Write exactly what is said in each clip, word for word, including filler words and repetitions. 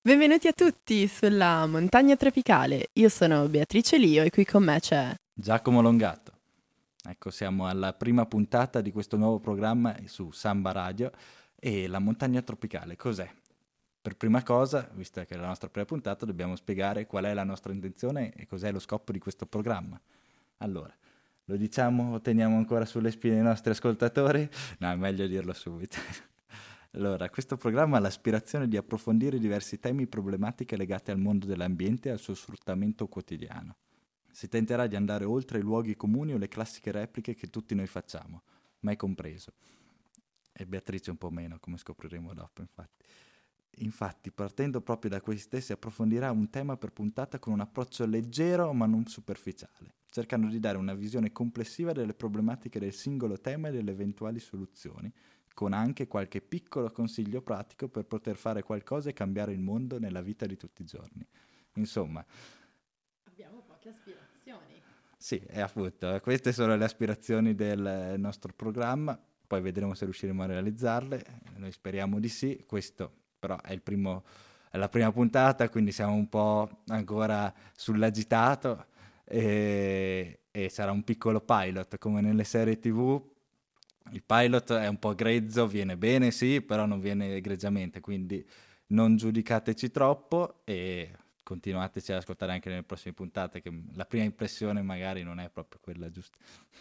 Benvenuti a tutti sulla Montagna Tropicale. Io sono Beatrice Lio e qui con me c'è Giacomo Longato. Ecco, siamo alla prima puntata di questo nuovo programma su Samba Radio e la Montagna Tropicale. Cos'è? Per prima cosa, visto che è la nostra prima puntata, dobbiamo spiegare qual è la nostra intenzione e cos'è lo scopo di questo programma. Allora, lo diciamo o teniamo ancora sulle spine i nostri ascoltatori? No, è meglio dirlo subito. Allora, questo programma ha l'aspirazione di approfondire diversi temi e problematiche legate al mondo dell'ambiente e al suo sfruttamento quotidiano. Si tenterà di andare oltre i luoghi comuni o le classiche repliche che tutti noi facciamo, mai compreso. E Beatrice un po' meno, come scopriremo dopo, infatti. Infatti, partendo proprio da questi stessi, approfondirà un tema per puntata con un approccio leggero ma non superficiale, cercando di dare una visione complessiva delle problematiche del singolo tema e delle eventuali soluzioni, con anche qualche piccolo consiglio pratico per poter fare qualcosa e cambiare il mondo nella vita di tutti i giorni. Insomma, Abbiamo poche aspirazioni. sì, è appunto, queste sono le aspirazioni del nostro programma, poi vedremo se riusciremo a realizzarle, noi speriamo di sì, questo però è il primo, è la prima puntata, quindi siamo un po' ancora sull'agitato e, e sarà un piccolo pilot, come nelle serie tivù. Il pilot è un po' grezzo, viene bene sì, però non viene egregiamente, quindi non giudicateci troppo e continuateci ad ascoltare anche nelle prossime puntate, che la prima impressione magari non è proprio quella giusta.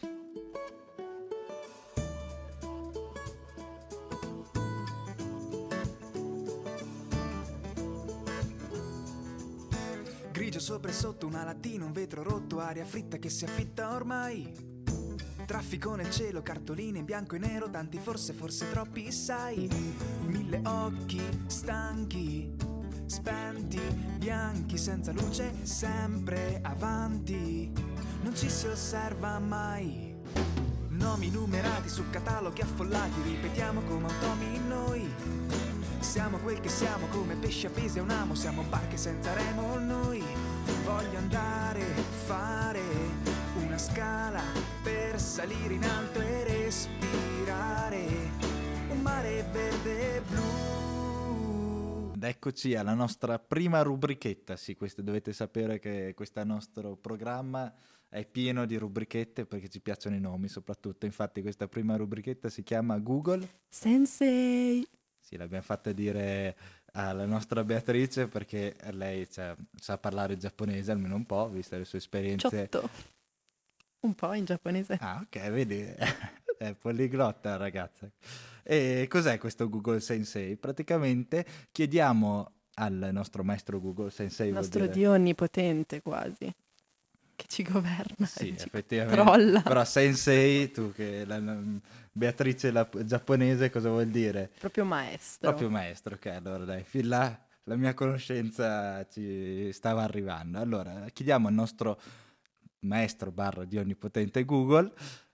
Grigio sopra e sotto, una lattina, un vetro rotto, aria fritta che si affitta ormai. Traffico nel cielo, cartoline in bianco e nero, tanti forse, forse troppi, sai. Mille occhi stanchi, spenti, bianchi, senza luce, sempre avanti. Non ci si osserva mai. Nomi numerati su cataloghi affollati, ripetiamo come automi noi. Siamo quel che siamo, come pesci appesi a un amo, siamo barche senza remo noi. Voglio andare, fare una scala per salire in alto e respirare un mare verde e blu. Ed eccoci alla nostra prima rubrichetta, sì, questo dovete sapere che questo nostro programma è pieno di rubrichette perché ci piacciono i nomi soprattutto, infatti questa prima rubrichetta si chiama Google Sensei. Sì, l'abbiamo fatta dire alla nostra Beatrice perché lei cioè, sa parlare giapponese almeno un po', viste le sue esperienze. Ciotto. Un po' in giapponese. Ah, ok, vedi, è poliglotta la ragazza. E cos'è questo Google Sensei? Praticamente chiediamo al nostro maestro Google Sensei, Il vuol nostro dire... dio onnipotente quasi, che ci governa. Sì, e ci effettivamente. Trolla. Però Sensei, tu che la, la- Beatrice la giapponese, cosa vuol dire? Proprio maestro. Proprio maestro, ok, allora dai, fin là la mia conoscenza ci stava arrivando. Allora, chiediamo al nostro maestro barra di onnipotente Google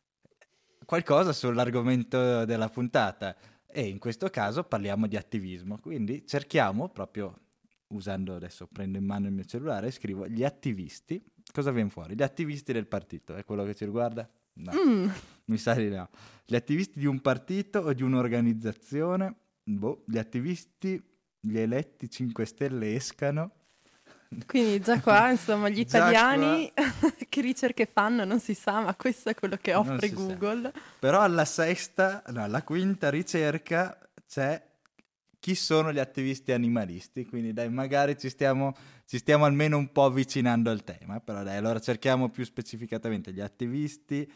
qualcosa sull'argomento della puntata e in questo caso parliamo di attivismo, quindi cerchiamo proprio, usando adesso, prendo in mano il mio cellulare e scrivo gli attivisti, cosa viene fuori? Gli attivisti del partito, è quello che ci riguarda? No, Mm. mi sa di no. Gli attivisti di un partito o di un'organizzazione? Boh, gli attivisti, gli eletti cinque Stelle escano. Quindi già qua, insomma, gli Già italiani qua che ricerche fanno non si sa, ma questo è quello che non offre si sa. Google. Però alla sesta, no, alla quinta ricerca c'è chi sono gli attivisti animalisti, quindi dai, magari ci stiamo, ci stiamo almeno un po' avvicinando al tema, però dai, allora cerchiamo più specificatamente gli attivisti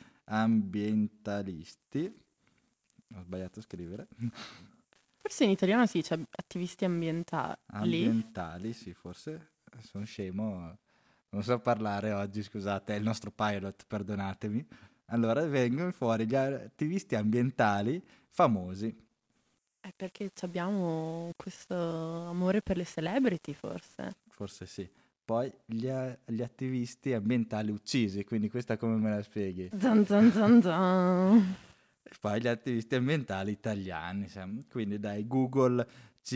ambientalisti. Ho sbagliato a scrivere. Forse in italiano si dice attivisti ambientali. Ambientali, sì, forse sono scemo, non so parlare oggi, scusate, è il nostro pilot, perdonatemi. Allora vengono fuori gli attivisti ambientali famosi. È perché abbiamo questo amore per le celebrity, forse. Forse sì. Poi gli, a- gli attivisti ambientali uccisi, quindi questa come me la spieghi? Zan zan zan zan. E poi gli attivisti ambientali italiani, sai. Quindi dai, Google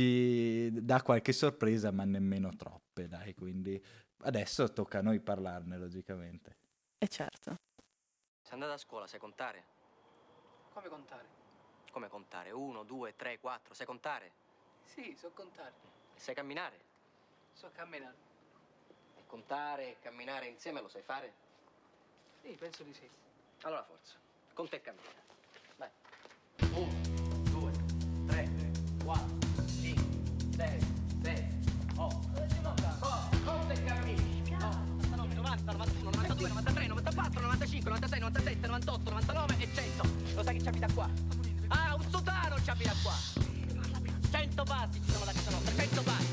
ci dà qualche sorpresa, ma nemmeno troppe, dai, quindi adesso tocca a noi parlarne, logicamente. E certo. Sei andata a scuola, sai contare? Come contare? Come contare? Uno, due, tre, quattro, sai contare? Sì, so contare. Sai camminare? So camminare. E contare e camminare insieme lo sai fare? Sì, penso di sì. Allora forza, conta e cammina. Vai. Uno, due, tre, quattro, cinque, sei, sette, otto. Conta e cammini. novantanove, novanta, novantuno, novantadue, novantatré, novantaquattro, novantacinque, novantasei, novantasette, novantotto, novantanove e cento. Lo sai che ci abita qua? Ah, un sotano ci abita qua. cento passi ci sono da casa nostra, cento passi.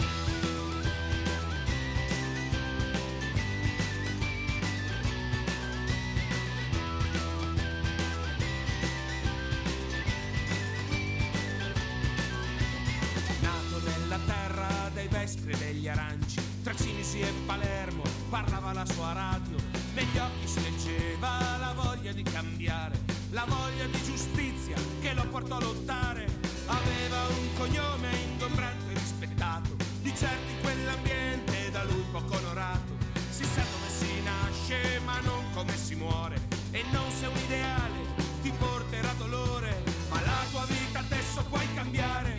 Nato nella terra dei vespri e degli aranci, tra Cinisi e Palermo parlava la sua radio. Negli occhi si leggeva la voglia di cambiare, la voglia di giustizia che lo portò a lottare. Aveva un cognome ingombrante e rispettato, di certo in quell'ambiente da lui poco onorato. Si sa dove si nasce ma non come si muore, e non se un ideale ti porterà dolore, ma la tua vita adesso puoi cambiare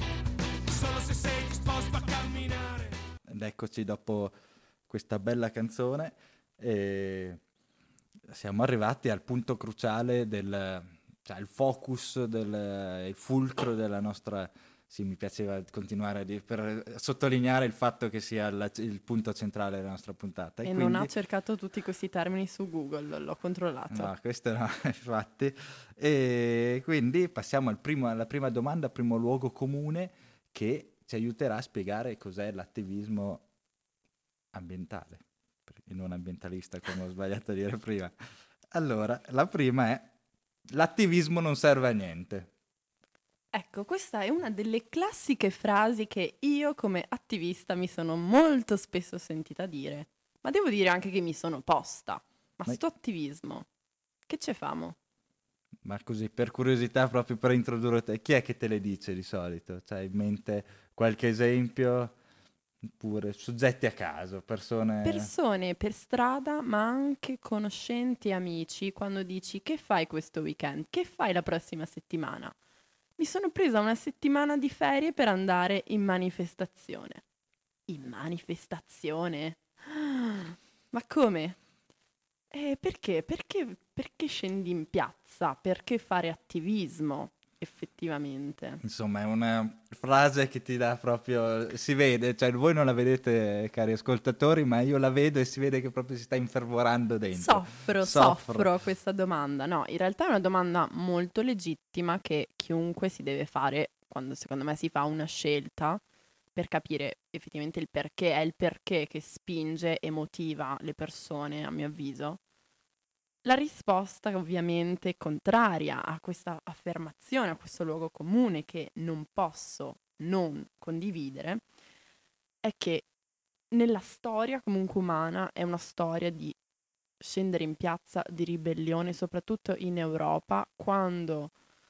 solo se sei disposto a camminare. Ed eccoci dopo questa bella canzone, e siamo arrivati al punto cruciale del, cioè il focus, del, il fulcro della nostra. Sì, mi piaceva continuare a dire, per sottolineare il fatto che sia la, il punto centrale della nostra puntata. E, E, e quindi, non ha cercato tutti questi termini su Google, l'ho controllato. no, questo no, infatti. E quindi passiamo al primo, alla prima domanda, primo luogo comune, che ci aiuterà a spiegare cos'è l'attivismo ambientale, e non ambientalista, come ho sbagliato a dire prima. Allora, la prima è: l'attivismo non serve a niente. Ecco, questa è una delle classiche frasi che io come attivista mi sono molto spesso sentita dire, ma devo dire anche che mi sono posta. Ma Ma- sto attivismo, che ce famo? Ma così, per curiosità, proprio per introdurre te, chi è che te le dice di solito? C'hai in mente qualche esempio? Oppure soggetti a caso, persone... Persone per strada, ma anche conoscenti e amici, quando dici che fai questo weekend, che fai la prossima settimana? Mi sono presa una settimana di ferie per andare in manifestazione. In manifestazione? Ma come? Eh, perché? Perché? Perché scendi in piazza? Perché fare attivismo, effettivamente? Insomma, è una frase che ti dà proprio... Si vede, cioè voi non la vedete, cari ascoltatori, ma io la vedo e si vede che proprio si sta infervorando dentro. Soffro, Soffro. soffro questa domanda. No, in realtà è una domanda molto legittima che chiunque si deve fare quando secondo me si fa una scelta per capire effettivamente il perché, è il perché che spinge e motiva le persone, a mio avviso. La risposta ovviamente contraria a questa affermazione, a questo luogo comune che non posso non condividere, è che nella storia comunque umana è una storia di scendere in piazza, di ribellione, soprattutto in Europa, quando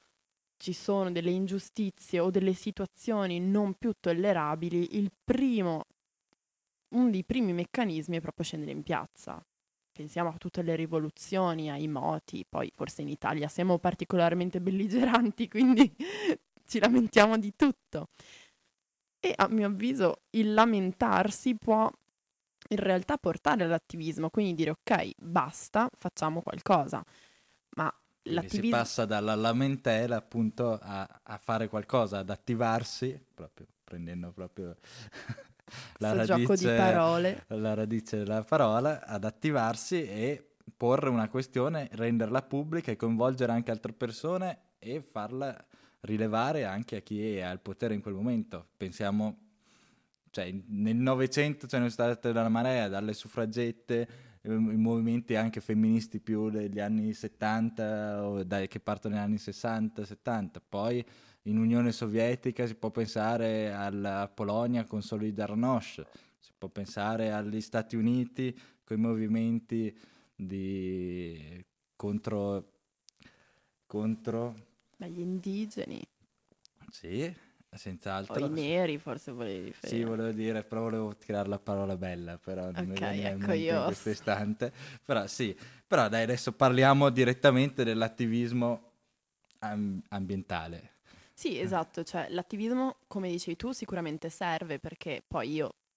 ci sono delle ingiustizie o delle situazioni non più tollerabili, il primo, uno dei primi meccanismi è proprio scendere in piazza. Pensiamo a tutte le rivoluzioni, ai moti, poi forse in Italia siamo particolarmente belligeranti, quindi ci lamentiamo di tutto. E a mio avviso il lamentarsi può in realtà portare all'attivismo, quindi dire ok, basta, facciamo qualcosa. Ma Quindi si l'attivismo... passa dalla lamentela appunto a, a fare qualcosa, ad attivarsi, proprio prendendo proprio la Questo gioco di radice, parole. la radice della parola, ad attivarsi e porre una questione, renderla pubblica e coinvolgere anche altre persone e farla rilevare anche a chi è al potere in quel momento. Pensiamo, cioè nel Novecento ce ne sono state una marea, dalle suffragette, i movimenti anche femministi più degli anni settanta o dai, che partono negli anni sessanta settanta, poi in Unione Sovietica si può pensare alla Polonia con Solidarność, si può pensare agli Stati Uniti con i movimenti di contro contro Ma gli indigeni sì, o senz'altro. i neri forse volevi riferire. Sì, volevo dire, però volevo tirare la parola bella, però non mi Ok, veniva in ecco, mente io- in questo istante. Però sì, però dai, adesso parliamo direttamente dell'attivismo am- ambientale. Sì, esatto, cioè l'attivismo, come dicevi tu, sicuramente serve perché poi io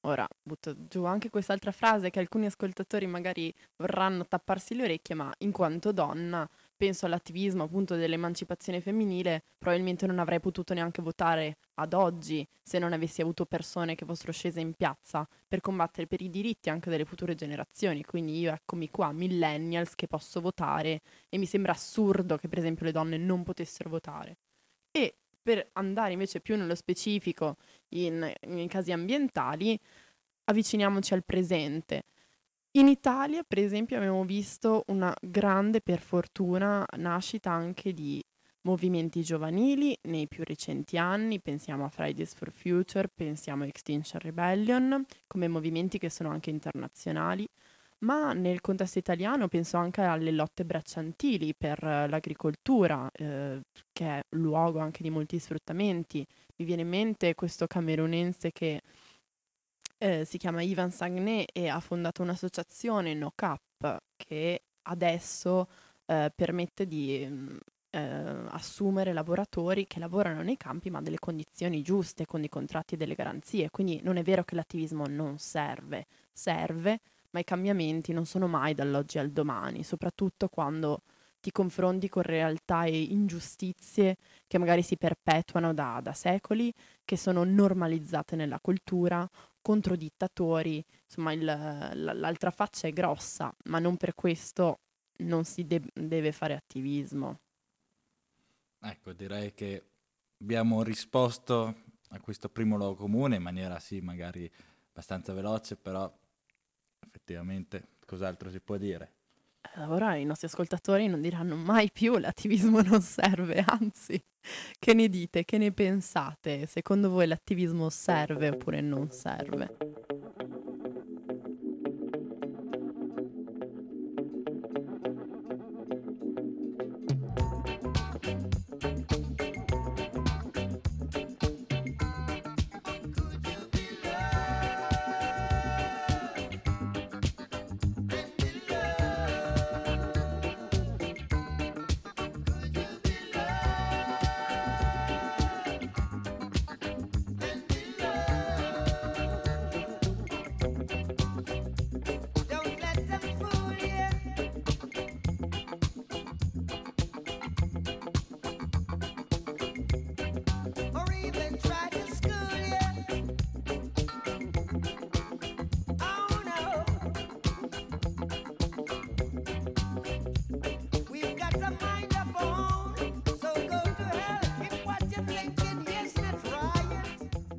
ora butto giù anche quest'altra frase che alcuni ascoltatori magari vorranno tapparsi le orecchie, ma in quanto donna penso all'attivismo appunto dell'emancipazione femminile, probabilmente non avrei potuto neanche votare ad oggi se non avessi avuto persone che fossero scese in piazza per combattere per i diritti anche delle future generazioni. Quindi io eccomi qua, millennials, che posso votare, e mi sembra assurdo che per esempio le donne non potessero votare. E per andare invece più nello specifico in, in casi ambientali, avviciniamoci al presente. In Italia, per esempio, abbiamo visto una grande, per fortuna, nascita anche di movimenti giovanili nei più recenti anni. Pensiamo a Fridays for Future, pensiamo a Extinction Rebellion, come movimenti che sono anche internazionali. Ma nel contesto italiano penso anche alle lotte bracciantili per eh, l'agricoltura, eh, che è luogo anche di molti sfruttamenti. Mi viene in mente questo camerunense che eh, si chiama Ivan Sagné e ha fondato un'associazione No Cap che adesso eh, permette di mm, eh, assumere lavoratori che lavorano nei campi ma delle condizioni giuste, con dei contratti e delle garanzie. Quindi non è vero che l'attivismo non serve, serve, ma i cambiamenti non sono mai dall'oggi al domani, soprattutto quando ti confronti con realtà e ingiustizie che magari si perpetuano da, da secoli, che sono normalizzate nella cultura, contro dittatori. Insomma, il- l- l'altra faccia è grossa, ma non per questo non si de- deve fare attivismo. Ecco, direi che abbiamo risposto a questo primo luogo comune in maniera sì, magari abbastanza veloce, però effettivamente cos'altro si può dire? Eh, Ora i nostri ascoltatori non diranno mai più l'attivismo non serve, anzi, che ne dite, che ne pensate? Secondo voi l'attivismo serve oppure non serve? Don't let them fool you. Or even try to school you. Oh no. We've got a mind of our own. So go to hell if what you're thinking is not right.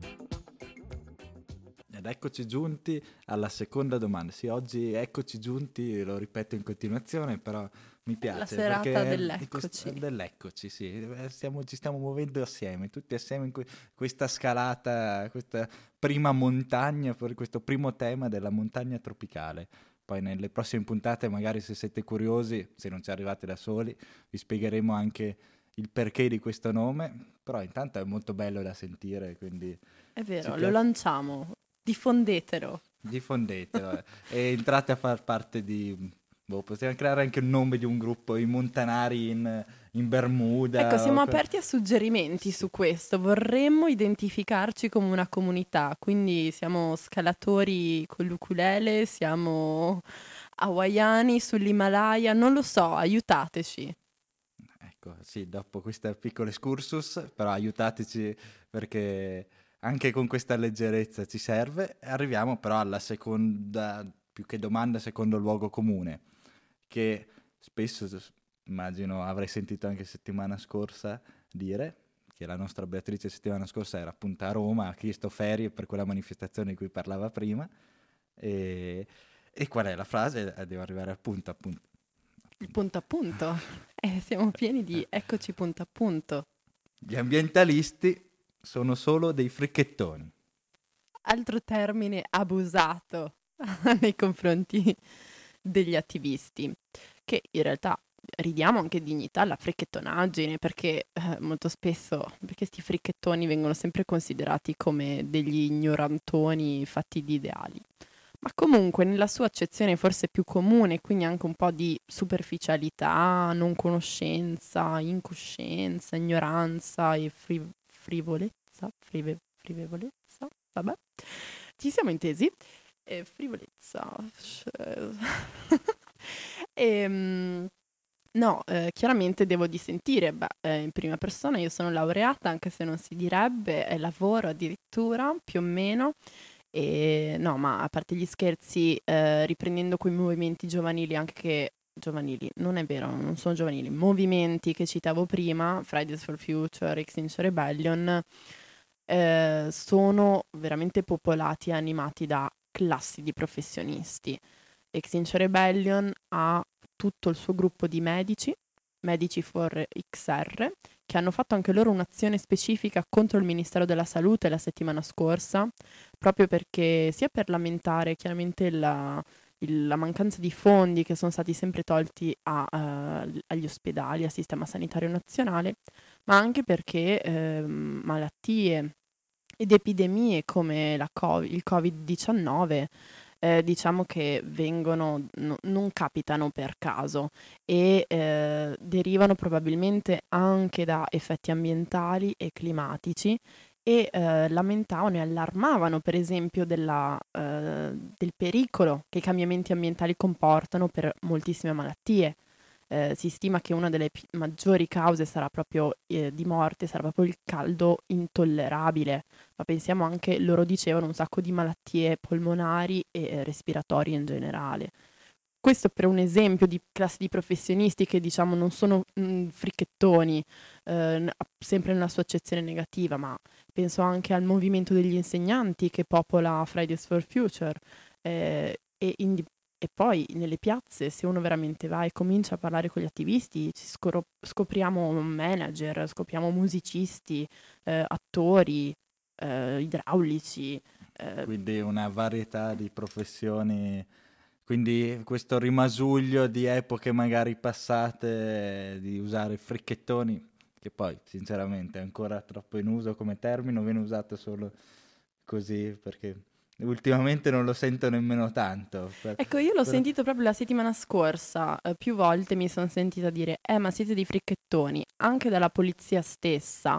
Ed eccoci giunti alla seconda domanda. Sì, oggi eccoci giunti, lo ripeto in continuazione, però mi piace. serata perché dell'eccoci. questo- dell'eccoci, sì. Eh, stiamo- ci stiamo muovendo assieme, tutti assieme in que- questa scalata, questa prima montagna, per questo primo tema della montagna tropicale. Poi nelle prossime puntate, magari se siete curiosi, se non ci arrivate da soli, vi spiegheremo anche il perché di questo nome, però intanto è molto bello da sentire, quindi È vero, Ci lo piace. lanciamo, diffondetelo. diffondetelo eh. e entrate a far parte di... Boh, possiamo creare anche il nome di un gruppo, i montanari in, in Bermuda. Ecco, siamo o que- aperti a suggerimenti su questo. Vorremmo identificarci come una comunità, quindi siamo scalatori con l'ukulele, siamo hawaiani sull'Himalaya, non lo so, aiutateci. Ecco, sì, dopo questo piccolo excursus, però aiutateci perché anche con questa leggerezza ci serve. Arriviamo però alla seconda, più che domanda, secondo luogo comune, che spesso, s- immagino, avrei sentito anche settimana scorsa dire, che la nostra Beatrice settimana scorsa era appunto a Roma, ha chiesto ferie per quella manifestazione di cui parlava prima. E, e qual è la frase? Eh, Devo arrivare al punto, appunto. Il punto a punto. Eh, siamo pieni di eccoci punto a punto. Gli ambientalisti sono solo dei fricchettoni. Altro termine abusato nei confronti degli attivisti, che in realtà ridiamo anche dignità alla fricchettonaggine, perché eh, molto spesso perché questi fricchettoni vengono sempre considerati come degli ignorantoni fatti di ideali. Ma comunque nella sua accezione forse più comune, quindi anche un po' di superficialità, non conoscenza, incoscienza, ignoranza e fri- frivolezza, frive- frivolezza, vabbè. Ci siamo intesi? Eh, frivolezza. Ehm, no, eh, chiaramente devo dissentire. Beh, eh, in prima persona io sono laureata, anche se non si direbbe, e lavoro addirittura, più o meno. E no, ma a parte gli scherzi, eh, riprendendo quei movimenti giovanili, anche che giovanili, non è vero, non sono giovanili, movimenti che citavo prima, Fridays for Future, Extinction Rebellion, eh, sono veramente popolati e animati da classi di professionisti. Extinction Rebellion ha tutto il suo gruppo di medici, Medici for X R, che hanno fatto anche loro un'azione specifica contro il Ministero della Salute la settimana scorsa, proprio perché sia per lamentare chiaramente la, il- la mancanza di fondi che sono stati sempre tolti a, eh, agli ospedali, al sistema sanitario nazionale, ma anche perché ehm, malattie ed epidemie come la Covid, il covid diciannove, eh, diciamo che vengono, no- non capitano per caso e eh, derivano probabilmente anche da effetti ambientali e climatici e eh, lamentavano e allarmavano per esempio della, eh, del pericolo che i cambiamenti ambientali comportano per moltissime malattie. Eh, si stima che una delle pi- maggiori cause sarà proprio, eh, di morte sarà proprio il caldo intollerabile, ma pensiamo anche, loro dicevano, un sacco di malattie polmonari e eh, respiratorie in generale. Questo per un esempio di classe di professionisti che diciamo non sono mm, fricchettoni, eh, n- sempre nella sua accezione negativa, ma penso anche al movimento degli insegnanti che popola Fridays for Future, eh, e, indi- e poi nelle piazze, se uno veramente va e comincia a parlare con gli attivisti, ci scoro- scopriamo manager, scopriamo musicisti, eh, attori, eh, idraulici. eh, Quindi una varietà di professioni, quindi questo rimasuglio di epoche magari passate, di usare fricchettoni, che poi sinceramente è ancora troppo in uso come termine, o viene usato solo così, perché ultimamente non lo sento nemmeno tanto. per- Ecco, io l'ho però- sentito proprio la settimana scorsa, eh, più volte mi sono sentita dire, eh, ma siete dei fricchettoni, anche dalla polizia stessa.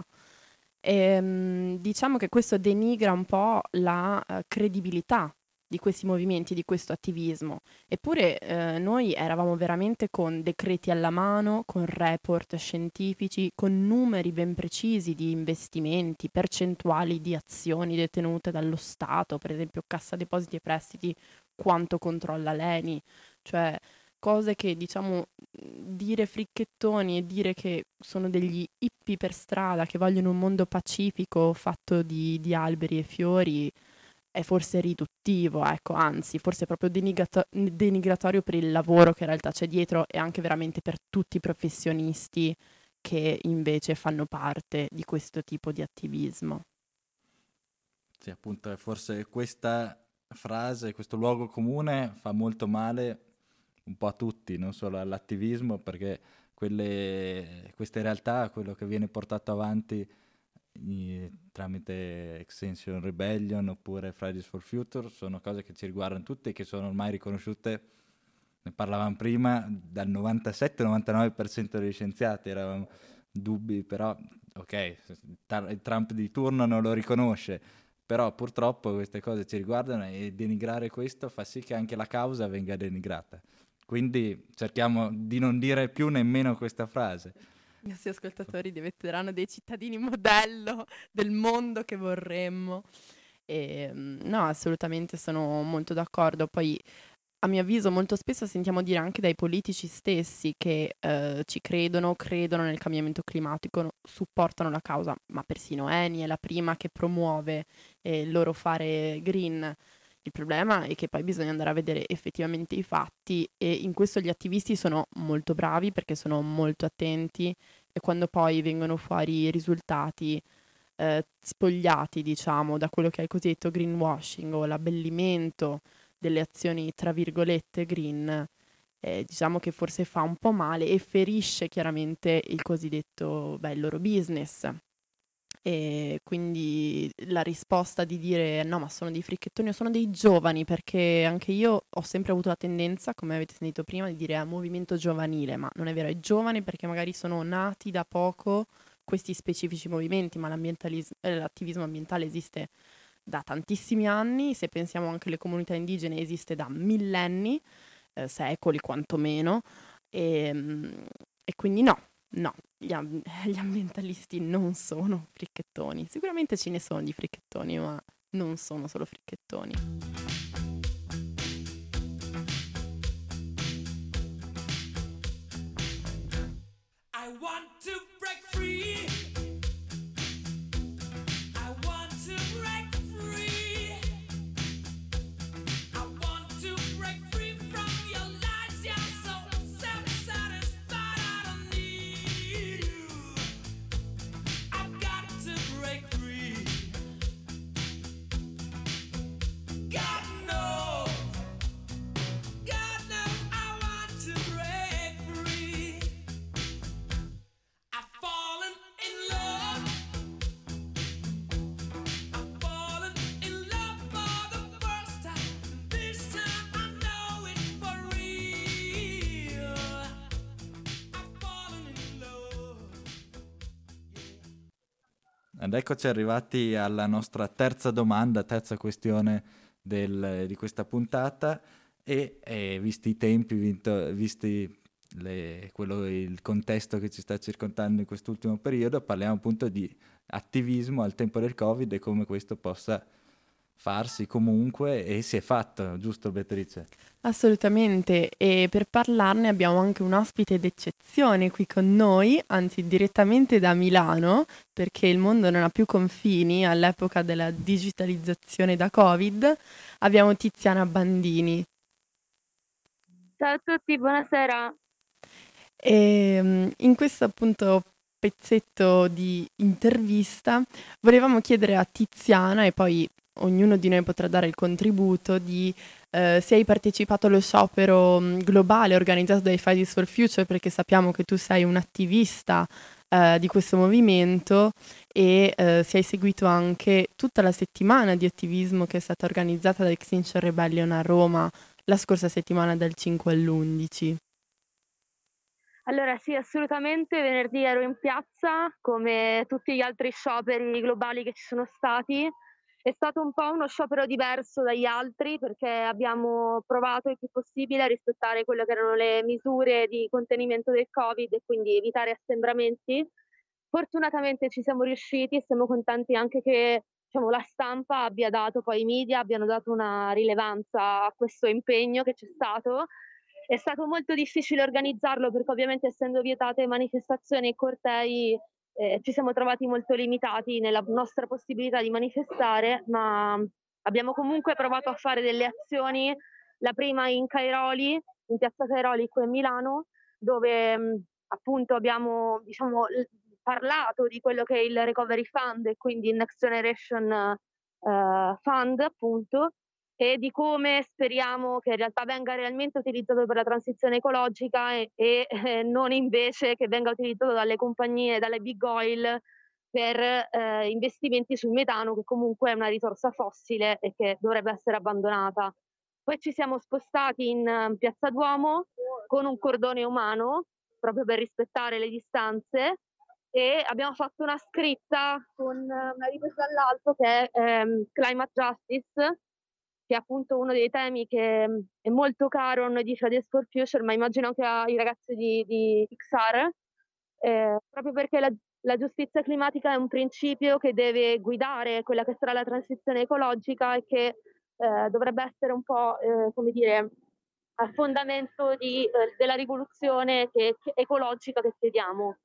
Ehm, diciamo che questo denigra un po' la eh, credibilità di questi movimenti, di questo attivismo. Eppure eh, noi eravamo veramente con decreti alla mano, con report scientifici, con numeri ben precisi di investimenti, percentuali di azioni detenute dallo Stato, per esempio Cassa Depositi e Prestiti, quanto controlla l'ENI, cioè cose che diciamo dire fricchettoni e dire che sono degli hippie per strada che vogliono un mondo pacifico fatto di, di alberi e fiori è forse riduttivo, ecco, anzi, forse è proprio denigrato- denigratorio per il lavoro che in realtà c'è dietro e anche veramente per tutti i professionisti che invece fanno parte di questo tipo di attivismo. Sì, appunto, e forse questa frase, questo luogo comune fa molto male un po' a tutti, non solo all'attivismo, perché quelle, queste realtà, quello che viene portato avanti i- tramite Extinction Rebellion oppure Fridays for Future, sono cose che ci riguardano tutte e che sono ormai riconosciute, ne parlavamo prima, dal novantasette novantanove per cento degli scienziati, eravamo dubbi, però ok, tar- il Trump di turno non lo riconosce, però purtroppo queste cose ci riguardano e denigrare questo fa sì che anche la causa venga denigrata. Quindi cerchiamo di non dire più nemmeno questa frase. I nostri ascoltatori diventeranno dei cittadini modello del mondo che vorremmo. E, mm, no, assolutamente sono molto d'accordo. Poi, a mio avviso, molto spesso sentiamo dire anche dai politici stessi che eh, ci credono, credono nel cambiamento climatico, no- supportano la causa, ma persino Eni è la prima che promuove eh, il loro fare green. Il problema è che poi bisogna andare a vedere effettivamente i fatti e in questo gli attivisti sono molto bravi perché sono molto attenti e quando poi vengono fuori i risultati eh, spogliati, diciamo, da quello che è il cosiddetto greenwashing o l'abbellimento delle azioni, tra virgolette, green, eh, diciamo che forse fa un po' male e ferisce chiaramente il cosiddetto, beh, il loro business. E quindi la risposta di dire no, ma sono dei fricchettoni o sono dei giovani, perché anche io ho sempre avuto la tendenza, come avete sentito prima, di dire a movimento giovanile, ma non è vero, è giovane perché magari sono nati da poco questi specifici movimenti, ma l'ambientalis- eh, l'attivismo ambientale esiste da tantissimi anni, se pensiamo anche alle comunità indigene esiste da millenni, eh, secoli quantomeno, e, mm, e quindi no, no, gli, am- gli ambientalisti non sono fricchettoni. Sicuramente ce ne sono di fricchettoni, ma non sono solo fricchettoni. I want to break free. I want to break free. I want to break free from your lies. You're so self-satisfied. I don't need you. I've got to break free. God knows. God knows I want to break free. I've fallen in love. I've fallen in love for the first time. This time I know it's for real. I've fallen in love. Ed eccoci arrivati alla nostra terza domanda, terza questione del- di questa puntata e, e visti i tempi, vinto- visti le- quello- il contesto che ci sta circondando in quest'ultimo periodo, parliamo appunto di attivismo al tempo del Covid e come questo possa farsi comunque e si è fatto, giusto Beatrice? Assolutamente, e per parlarne abbiamo anche un ospite d'eccezione qui con noi, anzi direttamente da Milano, perché il mondo non ha più confini all'epoca della digitalizzazione da Covid. Abbiamo Tiziana Bandini. Ciao a tutti, buonasera. E mm, in questo appunto pezzetto di intervista volevamo chiedere a Tiziana, e poi ognuno di noi potrà dare il contributo, di eh, se hai partecipato allo sciopero mm, globale organizzato dai Fridays for Future, perché sappiamo che tu sei un attivista eh, di questo movimento, e eh, se hai seguito anche tutta la settimana di attivismo che è stata organizzata da Extinction Rebellion a Roma la scorsa settimana dal cinque all'undici. Allora sì, assolutamente, venerdì ero in piazza come tutti gli altri scioperi globali che ci sono stati. È stato un po' uno sciopero diverso dagli altri perché abbiamo provato il più possibile a rispettare quelle che erano le misure di contenimento del Covid e quindi evitare assembramenti. Fortunatamente ci siamo riusciti e siamo contenti anche che, diciamo, la stampa abbia dato, poi i media abbiano dato una rilevanza a questo impegno che c'è stato. È stato molto difficile organizzarlo perché ovviamente essendo vietate manifestazioni e cortei eh, ci siamo trovati molto limitati nella nostra possibilità di manifestare, ma abbiamo comunque provato a fare delle azioni, la prima in Cairoli, in piazza Cairoli qui a Milano, dove mh, appunto abbiamo, diciamo, l- parlato di quello che è il Recovery Fund e quindi il Next Generation eh, Fund appunto, e di come speriamo che in realtà venga realmente utilizzato per la transizione ecologica e, e eh, non invece che venga utilizzato dalle compagnie, dalle big oil per eh, investimenti sul metano, che comunque è una risorsa fossile e che dovrebbe essere abbandonata. Poi ci siamo spostati in uh, Piazza Duomo con un cordone umano, proprio per rispettare le distanze, e abbiamo fatto una scritta con uh, una ripresa dall'alto che è ehm, Climate Justice, che è appunto uno dei temi che mh, è molto caro a noi di Fridays for Future, ma immagino anche ai ragazzi di, di X R, eh, proprio perché la, la giustizia climatica è un principio che deve guidare quella che sarà la transizione ecologica e che eh, dovrebbe essere un po', eh, come dire, a fondamento di, eh, della rivoluzione che, che ecologica che chiediamo.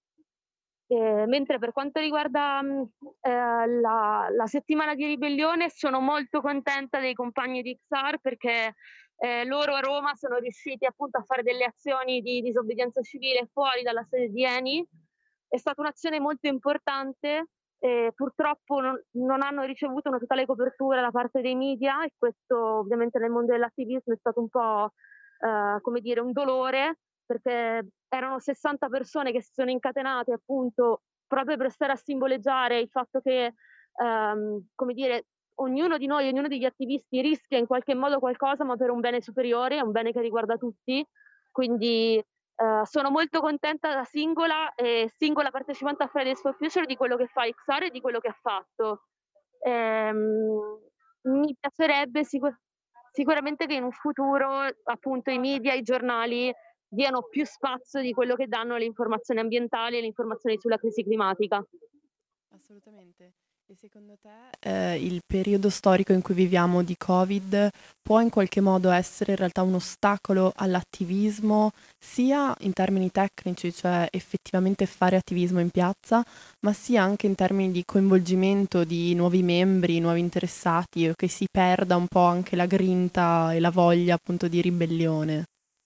Eh, mentre per quanto riguarda mh, eh, la, la settimana di ribellione, sono molto contenta dei compagni di X R perché eh, loro a Roma sono riusciti appunto a fare delle azioni di disobbedienza civile fuori dalla sede di Eni. È stata un'azione molto importante, eh, purtroppo non, non hanno ricevuto una totale copertura da parte dei media e questo ovviamente nel mondo dell'attivismo è stato un po' eh, come dire un dolore, perché erano sessanta persone che si sono incatenate appunto proprio per stare a simboleggiare il fatto che, ehm, come dire, ognuno di noi, ognuno degli attivisti rischia in qualche modo qualcosa, ma per un bene superiore, è un bene che riguarda tutti. Quindi eh, sono molto contenta da singola e singola partecipante a Fridays for Future di quello che fa X R e di quello che ha fatto. Ehm, mi piacerebbe sicur sicuramente che in un futuro, appunto, i media, i giornali diano più spazio di quello che danno alle informazioni ambientali e le informazioni sulla crisi climatica. Assolutamente. E secondo te, eh, il periodo storico in cui viviamo di Covid può in qualche modo essere in realtà un ostacolo all'attivismo, sia in termini tecnici, cioè effettivamente fare attivismo in piazza, ma sia anche in termini di coinvolgimento di nuovi membri, nuovi interessati, o che si perda un po' anche la grinta e la voglia appunto di ribellione?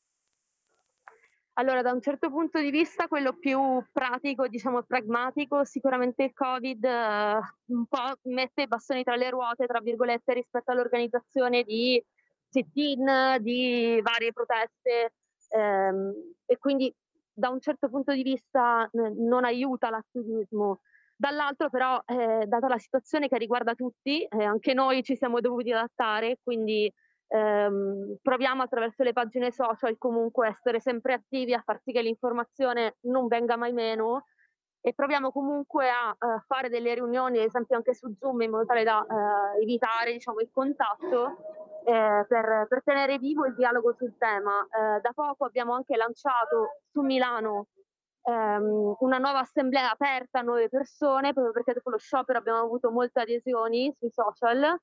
Allora, da un certo punto di vista, quello più pratico, diciamo pragmatico, sicuramente il Covid, ehm, un po' mette i bastoni tra le ruote, tra virgolette, rispetto all'organizzazione di sit-in, di varie proteste, ehm, e quindi da un certo punto di vista n non aiuta l'attivismo. Dall'altro però, ehm, data la situazione che riguarda tutti, e anche noi ci siamo dovuti adattare, quindi Ehm, proviamo attraverso le pagine social comunque a essere sempre attivi, a far sì che l'informazione non venga mai meno e proviamo comunque a, ehm, fare delle riunioni, ad esempio anche su Zoom, in modo tale da, ehm, evitare, diciamo, il contatto, ehm, per per tenere vivo il dialogo sul tema. Ehm, da poco abbiamo anche lanciato su Milano, ehm, una nuova assemblea aperta a nuove persone, proprio perché dopo lo sciopero abbiamo avuto molte adesioni sui social.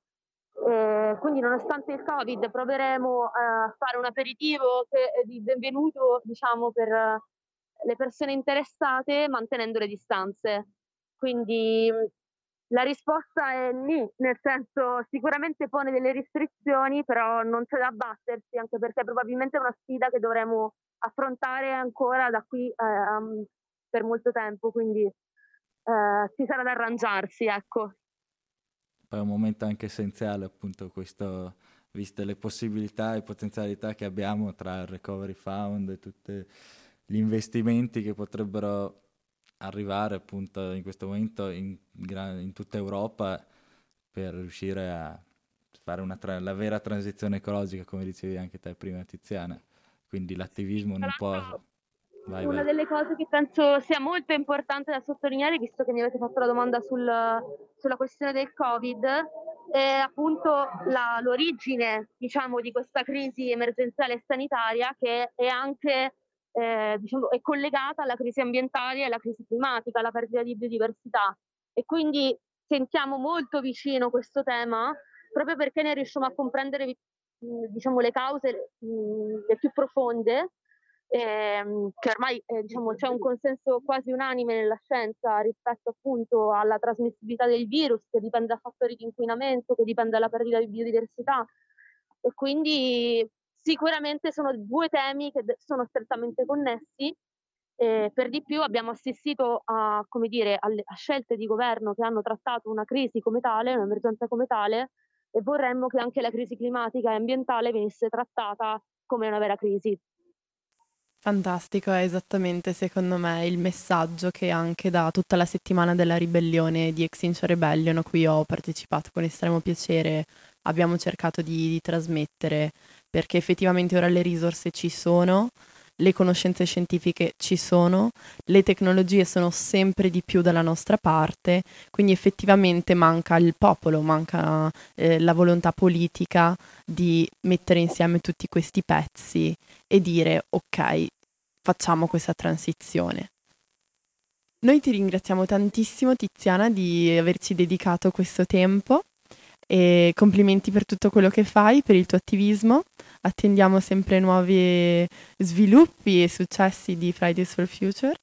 Ehm, quindi nonostante il Covid proveremo a fare un aperitivo che è di benvenuto, diciamo, per eh, le persone interessate, mantenendo le distanze. Quindi, mhmm, la risposta è nì, nel senso sicuramente pone delle restrizioni, però non c'è da abbattersi, anche perché probabilmente è una sfida che dovremo affrontare ancora da qui, ehm, per molto tempo, quindi, ehm, ci sarà da arrangiarsi, ecco. Poi è un momento anche essenziale, appunto, questo, viste le possibilità e potenzialità che abbiamo tra il Recovery Fund e tutti gli investimenti che potrebbero arrivare appunto in questo momento in, gra- in tutta Europa per riuscire a fare una tra- la vera transizione ecologica, come dicevi anche te prima, Tiziana. Quindi l'attivismo Tra non può... l'altro, Vai, una vai. delle cose che penso sia molto importante da sottolineare, visto che mi avete fatto la domanda sul sulla questione del Covid, è appunto la l'origine, diciamo, di questa crisi emergenziale sanitaria, che è anche, ehm, diciamo, è collegata alla crisi ambientale e alla crisi climatica, alla perdita di biodiversità. E quindi sentiamo molto vicino questo tema, proprio perché ne riusciamo a comprendere vi mhmm, diciamo, le cause, mhmm, le più profonde, ehm, che ormai, ehm, diciamo, c'è un consenso quasi unanime nella scienza rispetto appunto alla trasmissibilità del virus, che dipende da fattori di inquinamento, che dipende dalla perdita di biodiversità. E quindi sicuramente sono due temi che d sono strettamente connessi. E per di più abbiamo assistito a, come dire, alle a scelte di governo che hanno trattato una crisi come tale, un'emergenza come tale, e vorremmo che anche la crisi climatica e ambientale venisse trattata come una vera crisi. Fantastico, è esattamente secondo me il messaggio che anche da tutta la settimana della ribellione di Extinction Rebellion, a cui ho partecipato con estremo piacere, abbiamo cercato di, di trasmettere, perché effettivamente ora le risorse ci sono, le conoscenze scientifiche ci sono, le tecnologie sono sempre di più dalla nostra parte, quindi effettivamente manca il popolo, manca eh, la volontà politica di mettere insieme tutti questi pezzi e dire ok, facciamo questa transizione. Noi ti ringraziamo tantissimo, Tiziana, di averci dedicato questo tempo e complimenti per tutto quello che fai, per il tuo attivismo. Attendiamo sempre nuovi sviluppi e successi di Fridays for Future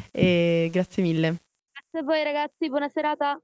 e grazie mille. Grazie a voi ragazzi, buona serata.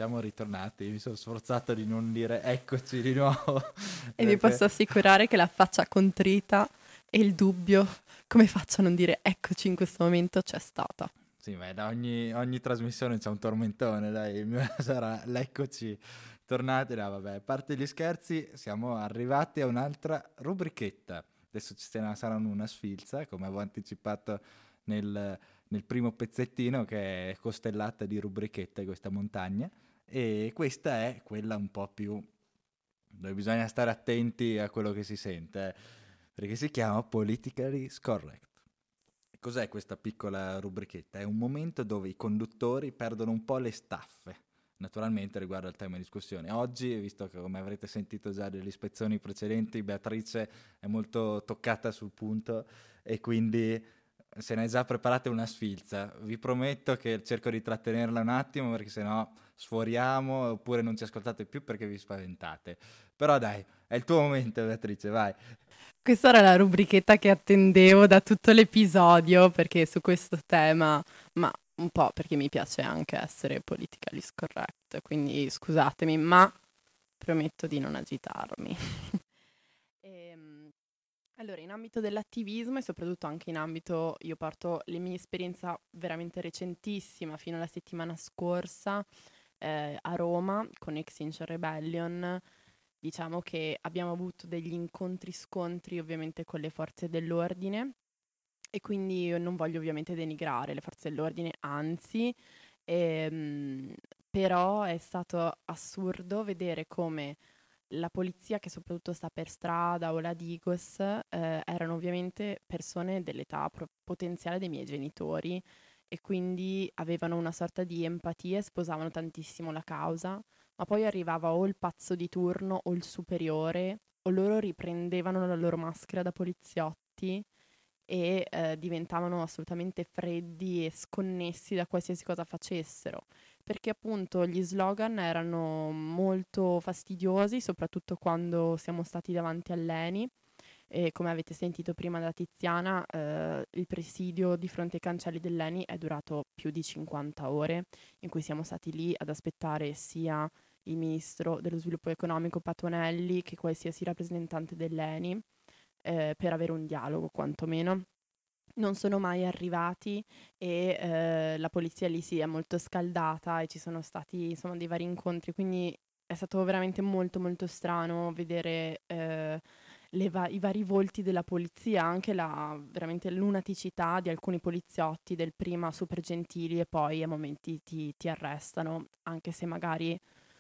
siamo ritornati. Mi sono sforzato di non dire eccoci di nuovo. E vi perché- posso assicurare che la faccia contrita e il dubbio, come faccio a non dire eccoci in questo momento, c'è stata. Sì, ma da ogni, ogni trasmissione c'è un tormentone, dai, il mio sarà l'eccoci tornati. No, vabbè, a parte gli scherzi, siamo arrivati a un'altra rubrichetta. Adesso ci sarà saranno una sfilza, come avevo anticipato nel, nel primo pezzettino, che è costellata di rubrichette questa montagna, e questa è quella un po' più dove bisogna stare attenti a quello che si sente, eh, perché si chiama Politically Scorrect. Cos'è questa piccola rubrichetta? È un momento dove i conduttori perdono un po' le staffe, naturalmente riguardo al tema in discussione. Oggi, visto che come avrete sentito già delle ispezioni precedenti, Beatrice è molto toccata sul punto e quindi se ne è già preparata una sfilza. Vi prometto che cerco di trattenerla un attimo, perché sennò sforiamo oppure non ci ascoltate più perché vi spaventate. Però dai, è il tuo momento, Beatrice, vai. Questa era la rubrichetta che attendevo da tutto l'episodio, perché su questo tema, ma un po' perché mi piace anche essere politically scorrect, quindi scusatemi, ma prometto di non agitarmi. Ehm, allora, in ambito dell'attivismo e soprattutto anche in ambito, io porto la mia esperienza veramente recentissima, fino alla settimana scorsa, eh, a Roma, con Extinction Rebellion. Diciamo che abbiamo avuto degli incontri-scontri ovviamente con le forze dell'ordine e quindi io non voglio ovviamente denigrare le forze dell'ordine, anzi, ehm, però è stato assurdo vedere come la polizia che soprattutto sta per strada o la Digos eh, erano ovviamente persone dell'età pro- potenziale dei miei genitori e quindi avevano una sorta di empatia e sposavano tantissimo la causa. Ma poi arrivava o il pazzo di turno o il superiore, o loro riprendevano la loro maschera da poliziotti e eh, diventavano assolutamente freddi e sconnessi da qualsiasi cosa facessero. Perché appunto gli slogan erano molto fastidiosi, soprattutto quando siamo stati davanti all'Eni. E come avete sentito prima da Tiziana, eh, il presidio di fronte ai cancelli dell'Eni è durato più di cinquanta ore, in cui siamo stati lì ad aspettare sia il ministro dello sviluppo economico Patuanelli che qualsiasi rappresentante dell'Eni eh, per avere un dialogo quantomeno. Non sono mai arrivati e eh, la polizia lì si è molto scaldata e ci sono stati insomma dei vari incontri, quindi è stato veramente molto molto strano vedere eh, le va- i vari volti della polizia, anche la veramente lunaticità di alcuni poliziotti, del prima super gentili e poi a momenti ti, ti arrestano, anche se magari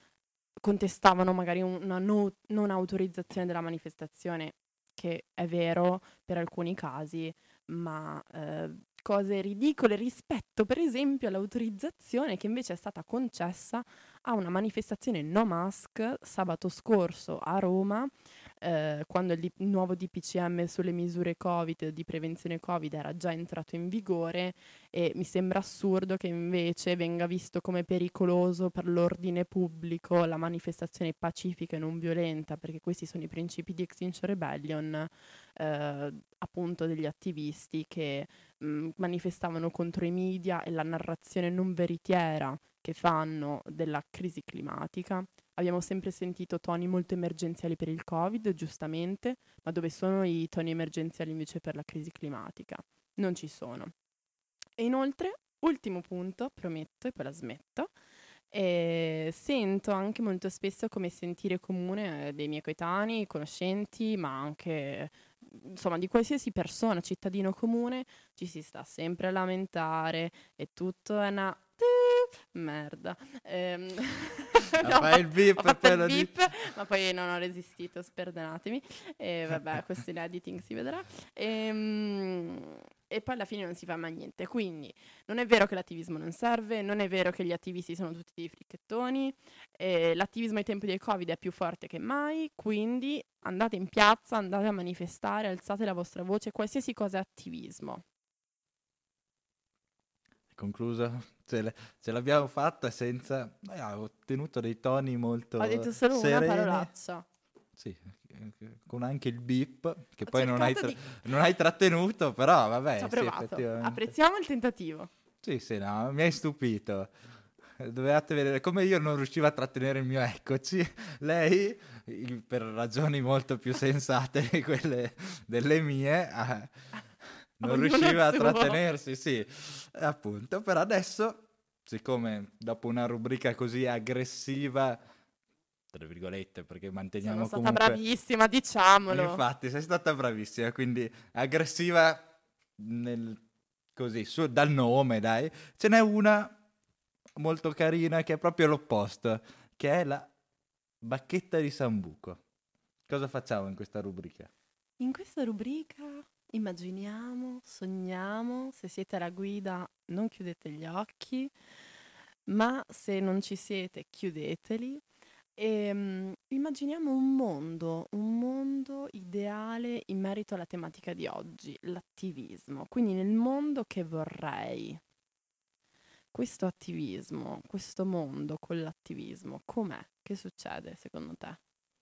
contestavano magari una no- non autorizzazione della manifestazione, che è vero per alcuni casi, ma eh, cose ridicole rispetto per esempio all'autorizzazione che invece è stata concessa a una manifestazione no mask sabato scorso a Roma, eh, quando il, di- il nuovo D P C M sulle misure Covid, di prevenzione Covid, era già entrato in vigore e mi sembra assurdo che invece venga visto come pericoloso per l'ordine pubblico la manifestazione pacifica e non violenta, perché questi sono i principi di Extinction Rebellion, eh, appunto degli attivisti che mh, manifestavano contro i media e la narrazione non veritiera che fanno della crisi climatica. Abbiamo sempre sentito toni molto emergenziali per il Covid, giustamente, ma dove sono i toni emergenziali invece per la crisi climatica? Non ci sono. E inoltre, ultimo punto, prometto, e poi la smetto, eh, sento anche molto spesso come sentire comune eh, dei miei coetanei, conoscenti, ma anche insomma di qualsiasi persona, cittadino comune, ci si sta sempre a lamentare e tutto è una merda. Ehm, Ah, fai il beep, ho fatto poi il lo beep, dici. ma poi non ho resistito, sperdonatemi. E vabbè, questo in editing si vedrà. Ehm, E, poi alla fine non si fa mai niente. Quindi non è vero che l'attivismo non serve, non è vero che gli attivisti sono tutti dei fricchettoni, eh, l'attivismo ai tempi del Covid è più forte che mai, quindi andate in piazza, andate a manifestare, alzate la vostra voce, qualsiasi cosa è attivismo. Concluso, ce, le- ce l'abbiamo fatta senza... eh, ho ottenuto dei toni molto Ho detto solo sereni. una parolaccia. Sì, eh, con anche il beep, che Ho poi non hai, cercato tra- di- non hai trattenuto, però vabbè, Ci ho sì, provato. effettivamente. Apprezziamo il tentativo. Sì, sì, no, mi hai stupito. dovevate vedere come io non riuscivo a trattenere il mio eccoci, lei il- per ragioni molto più sensate di quelle delle mie ah, non Ognuno riusciva a il suo. trattenersi, sì, appunto. Per adesso, siccome dopo una rubrica così aggressiva, tra virgolette, perché manteniamo Sono stata comunque... bravissima, diciamolo. Infatti, sei stata bravissima, quindi aggressiva nel, così, su- dal nome, dai. Ce n'è una molto carina che è proprio l'opposto, che è la bacchetta di Sambuco. Cosa facciamo in questa rubrica? In questa rubrica immaginiamo, sogniamo, se siete alla guida non chiudete gli occhi, ma se non ci siete chiudeteli. E, mm, immaginiamo un mondo, un mondo ideale in merito alla tematica di oggi, l'attivismo. Quindi nel mondo che vorrei, questo attivismo, questo mondo con l'attivismo, com'è? Che succede secondo te?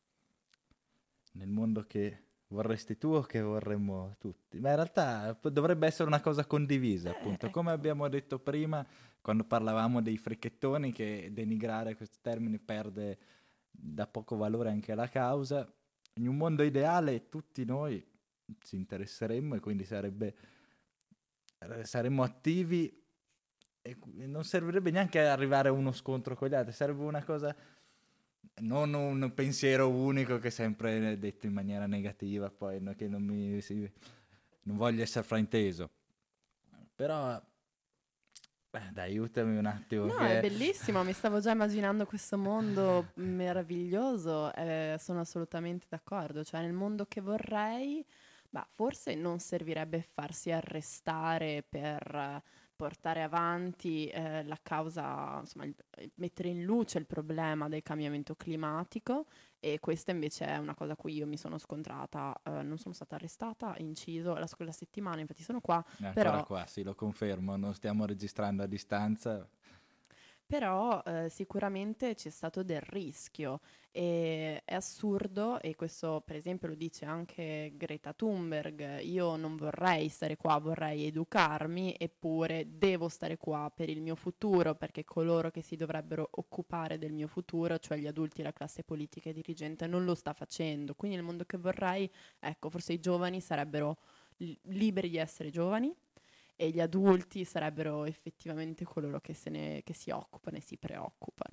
Nel mondo che vorresti tu o che vorremmo tutti? Ma in realtà p- dovrebbe essere una cosa condivisa, appunto. ecco. Come abbiamo detto prima, quando parlavamo dei fricchettoni, che denigrare questo termine perde da poco valore anche alla causa. In un mondo ideale tutti noi ci interesseremmo e quindi sarebbe, eh, saremmo attivi e qu- e non servirebbe neanche arrivare a uno scontro con gli altri, sarebbe una cosa, non un pensiero unico che è sempre detto in maniera negativa, poi no, che non mi si- non voglio essere frainteso, però beh, dai, aiutami un attimo No, che è bellissimo, mi stavo già immaginando questo mondo meraviglioso, eh, sono assolutamente d'accordo, cioè nel mondo che vorrei, bah, forse non servirebbe farsi arrestare per eh, portare avanti eh, la causa, insomma, il- il- mettere in luce il problema del cambiamento climatico e questa invece è una cosa a cui io mi sono scontrata, eh, non sono stata arrestata, inciso la scorsa settimana, infatti sono qua, è ancora però qua, sì, lo confermo, non stiamo registrando a distanza. Però eh, sicuramente c'è stato del rischio e è assurdo e questo per esempio lo dice anche Greta Thunberg, io non vorrei stare qua, vorrei educarmi, eppure devo stare qua per il mio futuro perché coloro che si dovrebbero occupare del mio futuro, cioè gli adulti e la classe politica e dirigente, non lo sta facendo. Quindi nel mondo che vorrei, ecco, forse i giovani sarebbero li- liberi di essere giovani e gli adulti sarebbero effettivamente coloro che, se ne, che si occupano e si preoccupano.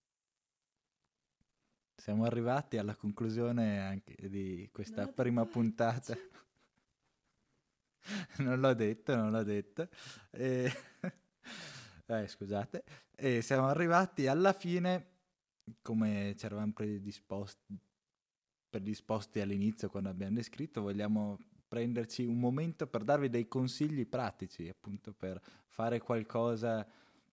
Siamo arrivati alla conclusione anche di questa Non ho prima detto puntata. Non l'ho detto, non l'ho detto. E... eh, scusate. E siamo arrivati alla fine, come ci eravamo predisposti, predisposti all'inizio quando abbiamo descritto, vogliamo prenderci un momento per darvi dei consigli pratici, appunto per fare qualcosa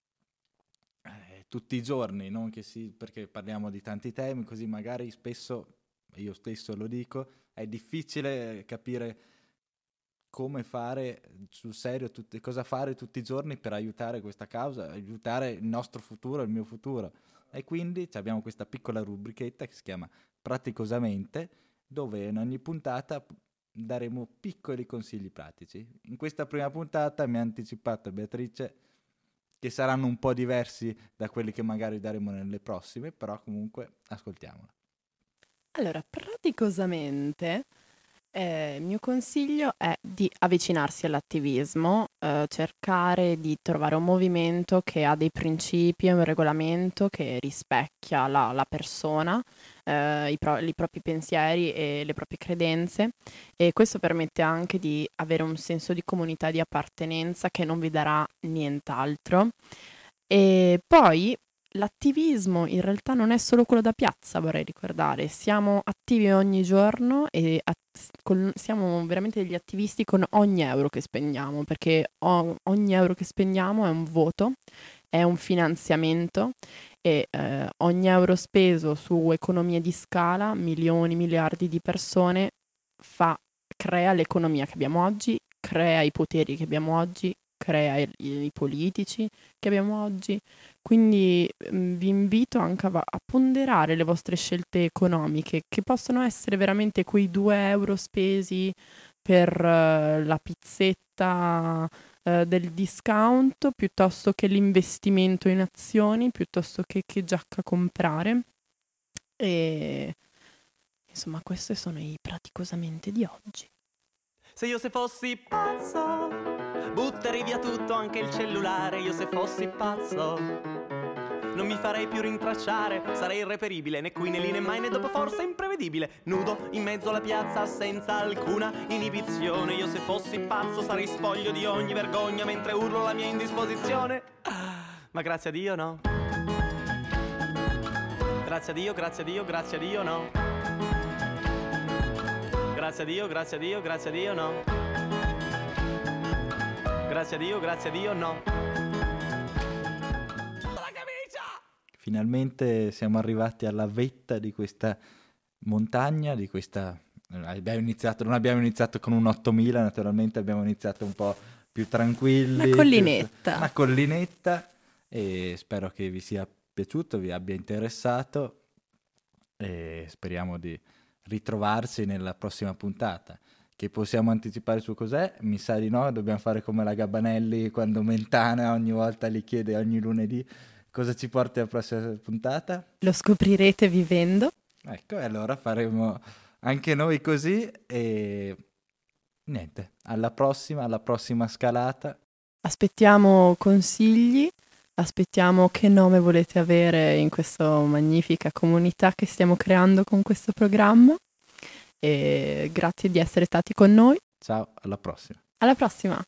eh, tutti i giorni, non che si, perché parliamo di tanti temi, così magari spesso, io stesso lo dico, è difficile capire come fare sul serio, tutti, cosa fare tutti i giorni per aiutare questa causa, aiutare il nostro futuro, il mio futuro. E quindi abbiamo questa piccola rubrichetta che si chiama Praticosamente, dove in ogni puntata daremo piccoli consigli pratici. In questa prima puntata mi ha anticipato Beatrice che saranno un po' diversi da quelli che magari daremo nelle prossime, però comunque ascoltiamolo. Allora, praticosamente, eh, il mio consiglio è di avvicinarsi all'attivismo, eh, cercare di trovare un movimento che ha dei principi e un regolamento che rispecchia la, la persona, eh, i, pro- i propri pensieri e le proprie credenze e questo permette anche di avere un senso di comunità di appartenenza che non vi darà nient'altro. E poi l'attivismo in realtà non è solo quello da piazza, vorrei ricordare, siamo attivi ogni giorno e at- con- siamo veramente degli attivisti con ogni euro che spendiamo, perché o- ogni euro che spendiamo è un voto, è un finanziamento e eh, ogni euro speso su economie di scala, milioni, miliardi di persone, fa, crea l'economia che abbiamo oggi, crea i poteri che abbiamo oggi, crea i, i politici che abbiamo oggi. Quindi mh, vi invito anche a, va- a ponderare le vostre scelte economiche, che possono essere veramente quei due euro spesi per eh, la pizzetta eh, del discount piuttosto che l'investimento in azioni, piuttosto che che giacca comprare. E insomma, questi sono i praticosamente di oggi. Se io se fossi pazzo, butterei via tutto, anche il cellulare. Io se fossi pazzo, non mi farei più rintracciare. Sarei irreperibile, né qui né lì né mai né dopo, forse imprevedibile. Nudo in mezzo alla piazza senza alcuna inibizione. Io se fossi pazzo sarei spoglio di ogni vergogna mentre urlo la mia indisposizione. Ma grazie a Dio no. Grazie a Dio, grazie a Dio, grazie a Dio no. Grazie a Dio, grazie a Dio, grazie a Dio no. Grazie a Dio, grazie a Dio no. Finalmente siamo arrivati alla vetta di questa montagna, di questa... Abbiamo iniziato, non abbiamo iniziato con un ottomila, naturalmente abbiamo iniziato un po' più tranquilli. Una collinetta. Più, una collinetta, e spero che vi sia piaciuto, vi abbia interessato, e speriamo di ritrovarsi nella prossima puntata. Che possiamo anticipare su cos'è? Mi sa di no, dobbiamo fare come la Gabanelli quando Mentana ogni volta li chiede ogni lunedì cosa ci porta la prossima puntata. Lo scoprirete vivendo. Ecco, e allora faremo anche noi così, e niente, alla prossima, alla prossima scalata. Aspettiamo consigli, aspettiamo che nome volete avere in questa magnifica comunità che stiamo creando con questo programma, e grazie di essere stati con noi. Ciao, alla prossima. Alla prossima!